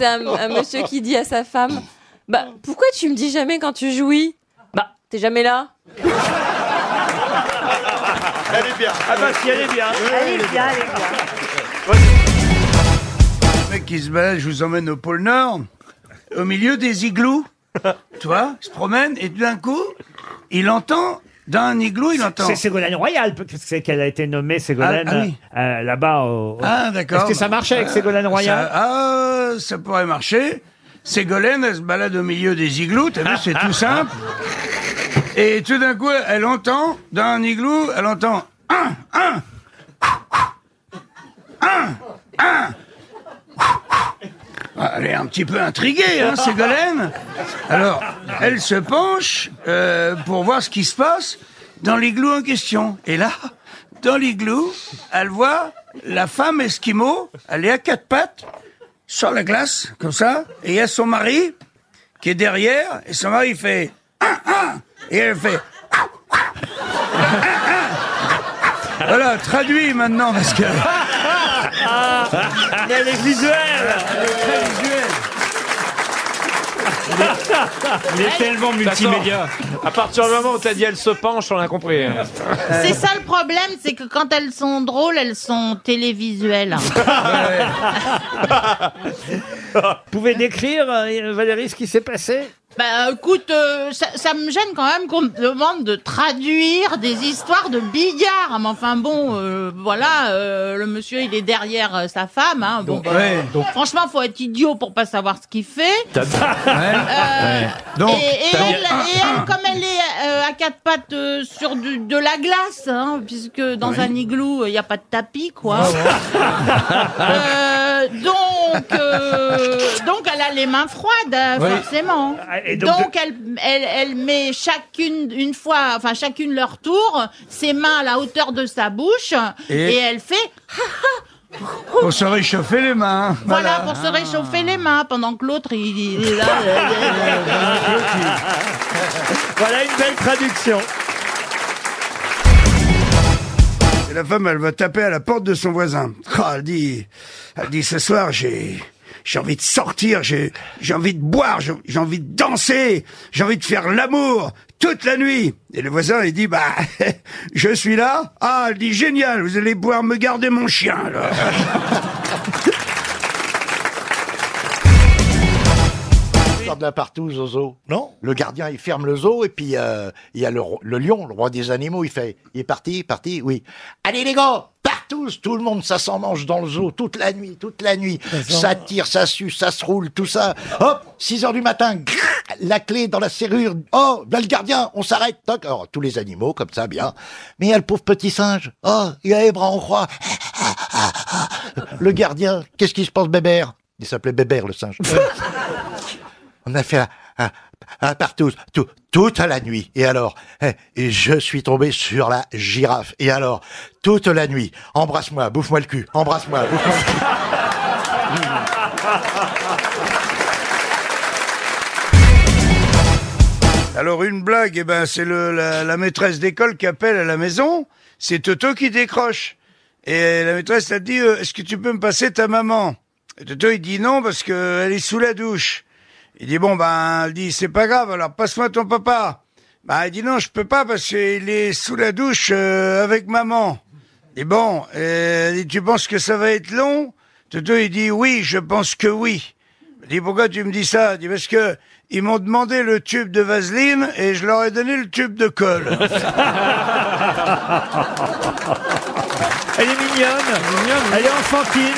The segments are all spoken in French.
c'est un monsieur qui dit à sa femme, bah, pourquoi tu me dis jamais quand tu jouis? Bah, t'es jamais là. Elle est bien. Ah bah si, elle est bien. Elle est bien, elle est bien. Le mec qui se balade, je vous emmène au pôle Nord, au milieu des igloos. Tu vois, il se promène et tout d'un coup, il entend, dans un igloo, il entend... C'est Ségolène Royal, c'est qu'elle a été nommée Ségolène là-bas. Ah, d'accord. Est-ce que ça marchait avec Ségolène Royal? Ça pourrait marcher. Ségolène, elle se balade au milieu des igloos, t'as vu, c'est tout simple. Et tout d'un coup, elle entend, dans un igloo, elle entend un. Elle est un petit peu intriguée, hein, Ségolène. Alors, elle se penche pour voir ce qui se passe dans l'igloo en question. Et là, dans l'igloo, elle voit la femme esquimau, elle est à quatre pattes, sur la glace, comme ça, et il y a son mari qui est derrière, et son mari fait et elle fait Voilà, traduit maintenant, parce que... Mais elle est visuelle. Elle est très visuelle. Il est tellement multimédia. À partir du moment où t'as dit elle se penche, on a compris. C'est ça le problème, c'est que quand elles sont drôles, elles sont télévisuelles. Vous pouvez décrire, Valérie, ce qui s'est passé? Bah écoute, ça me gêne quand même qu'on me demande de traduire des histoires de billard. Mais enfin bon, voilà, le monsieur il est derrière sa femme. Hein, bon, donc, franchement, faut être idiot pour pas savoir ce qu'il fait. Donc, et elle, comme elle est à quatre pattes sur de la glace, hein, puisque dans un igloo il y a pas de tapis, quoi. Donc elle a les mains froides, forcément. Et donc elle met chacune leur tour, ses mains à la hauteur de sa bouche, et elle fait pour se réchauffer les mains. voilà, pour se réchauffer les mains, pendant que l'autre il est là. Voilà une belle traduction. Et la femme, elle va taper à la porte de son voisin. Elle dit, ce soir, j'ai envie de sortir, j'ai envie de boire, j'ai envie de danser, j'ai envie de faire l'amour toute la nuit. Et le voisin, il dit, bah, je suis là. Ah, elle dit, génial, vous allez pouvoir me garder mon chien, là. De la partouze au zoo. Non. Le gardien, il ferme le zoo et puis il y a le lion, le roi des animaux, il est parti, oui. Allez les gars, partouze, tout le monde, ça s'en mange dans le zoo toute la nuit. Ça tire, ça suce, ça se roule, tout ça. Hop, 6h du matin, la clé dans la serrure. Oh, là le gardien, on s'arrête, toc. Alors, tous les animaux, comme ça, bien. Mais il y a le pauvre petit singe. Oh, il a les bras en croix. Le gardien, qu'est-ce qui se passe, Bébert? Il s'appelait Bébert, le singe. On a fait un partouze toute la nuit. Et alors, et je suis tombé sur la girafe. Et alors, toute la nuit, embrasse-moi, bouffe-moi le cul, embrasse-moi, bouffe-moi le cul. Alors une blague, eh ben c'est la maîtresse d'école qui appelle à la maison, c'est Toto qui décroche. Et la maîtresse a dit, est-ce que tu peux me passer ta maman? Et Toto il dit non parce que elle est sous la douche. Il dit bon ben, elle dit c'est pas grave, alors passe-moi ton papa. Ben il dit non, je peux pas parce qu'il est sous la douche avec maman. Il dit bon, elle dit tu penses que ça va être long? Toto il dit oui, je pense que oui. Il dit pourquoi tu me dis ça? Il dit parce que ils m'ont demandé le tube de vaseline et je leur ai donné le tube de colle. Elle est mignonne. Elle est enfantine.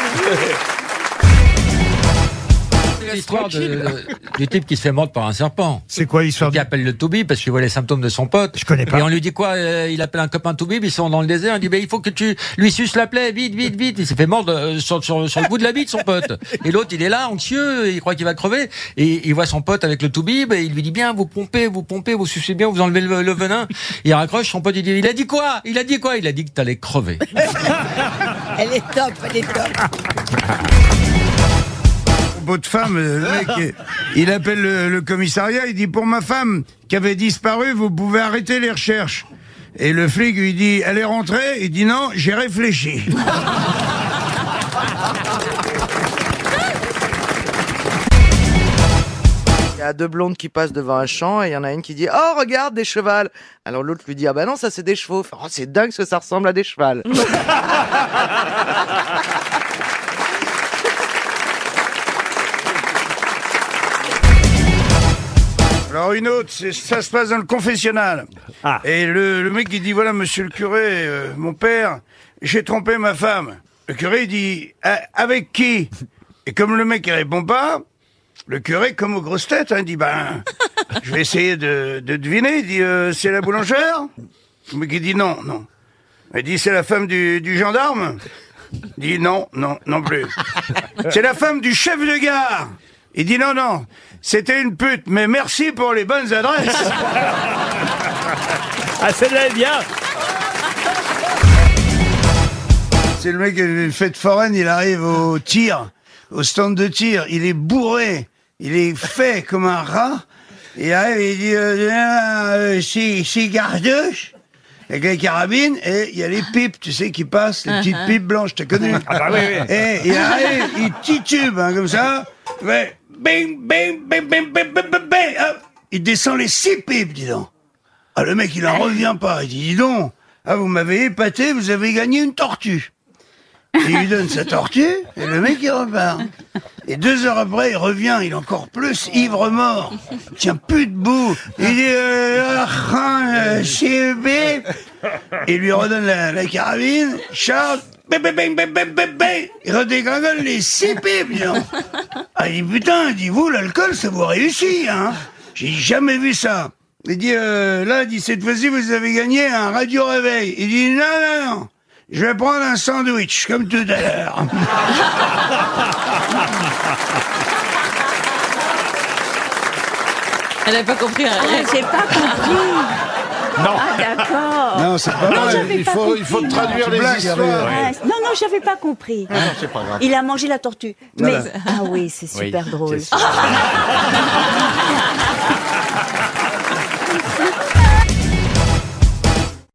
L'histoire du type qui se fait mordre par un serpent. C'est quoi l'histoire? Qui appelle le toubib parce qu'il voit les symptômes de son pote. Je connais pas. Et on lui dit quoi? Il appelle un copain toubib, ils sont dans le désert, il dit il faut que tu lui suces la plaie, vite. Il s'est fait mordre sur le bout de la bite, son pote. Et l'autre, il est là, anxieux, il croit qu'il va crever. Et il voit son pote avec le toubib, et il lui dit bien, vous pompez, vous sucez bien, vous enlevez le venin. Il raccroche, son pote, il dit, il a dit quoi? Il a dit que t'allais crever. Elle est top. Beau de femme, le mec, il appelle le commissariat, il dit pour ma femme qui avait disparu, vous pouvez arrêter les recherches. Et le flic lui dit, elle est rentrée? Il dit non, j'ai réfléchi. y a deux blondes qui passent devant un champ et il y en a une qui dit « Oh, regarde, des chevals !» Alors l'autre lui dit « Ah bah non, ça c'est des chevaux. » Oh, c'est dingue que ça ressemble à des chevals. Alors une autre, ça se passe dans le confessionnal. Et le mec il dit voilà monsieur le curé, mon père, j'ai trompé ma femme. Le curé il dit avec qui? Et comme le mec il répond pas, le curé comme aux grosses têtes, il dit ben je vais essayer de deviner. Il dit c'est la boulangère. Le mec il dit non. Il dit c'est la femme du gendarme. Il dit non plus. C'est la femme du chef de gare. Il dit non, c'était une pute, mais merci pour les bonnes adresses. Ah, celle-là est bien. C'est le mec qui a une fête foraine, il arrive au tir, au stand de tir, il est bourré, il est fait comme un rat, et il arrive et il dit six cartouches avec les carabines, et il y a les pipes, tu sais, qui passent, les petites pipes blanches, t'as connu? Ah bah oui. Et il arrive, il titube, comme ça, ouais. Bing, bing, bing, bing, bing, bing, bing, bing, hop. Il descend les 6 pipes, dis donc. Ah, le mec, il en revient pas. Il dit, dis donc, vous m'avez épaté, vous avez gagné une tortue. Il lui donne sa tortue, et le mec, il repart. Et 2 heures après, il revient, il est encore plus ivre-mort. Il tient plus debout. Il dit, il lui redonne la carabine, Charles, il redégringole les 6 pipes, dis donc. Ah, il dit, putain, il dit, vous, l'alcool, ça vous réussit, hein. J'ai jamais vu ça. Il dit, là, il dit, cette fois-ci, vous avez gagné un radio-réveil. Il dit, non. Je vais prendre un sandwich, comme tout à l'heure. Elle n'a pas compris. J'ai pas compris. Non. Ah, d'accord. Non, c'est pas vrai. Il faut traduire les histoires. Non, j'avais pas compris. Non, c'est pas grave. Il a mangé la tortue. Voilà. Mais ah oui, c'est super drôle. c'est-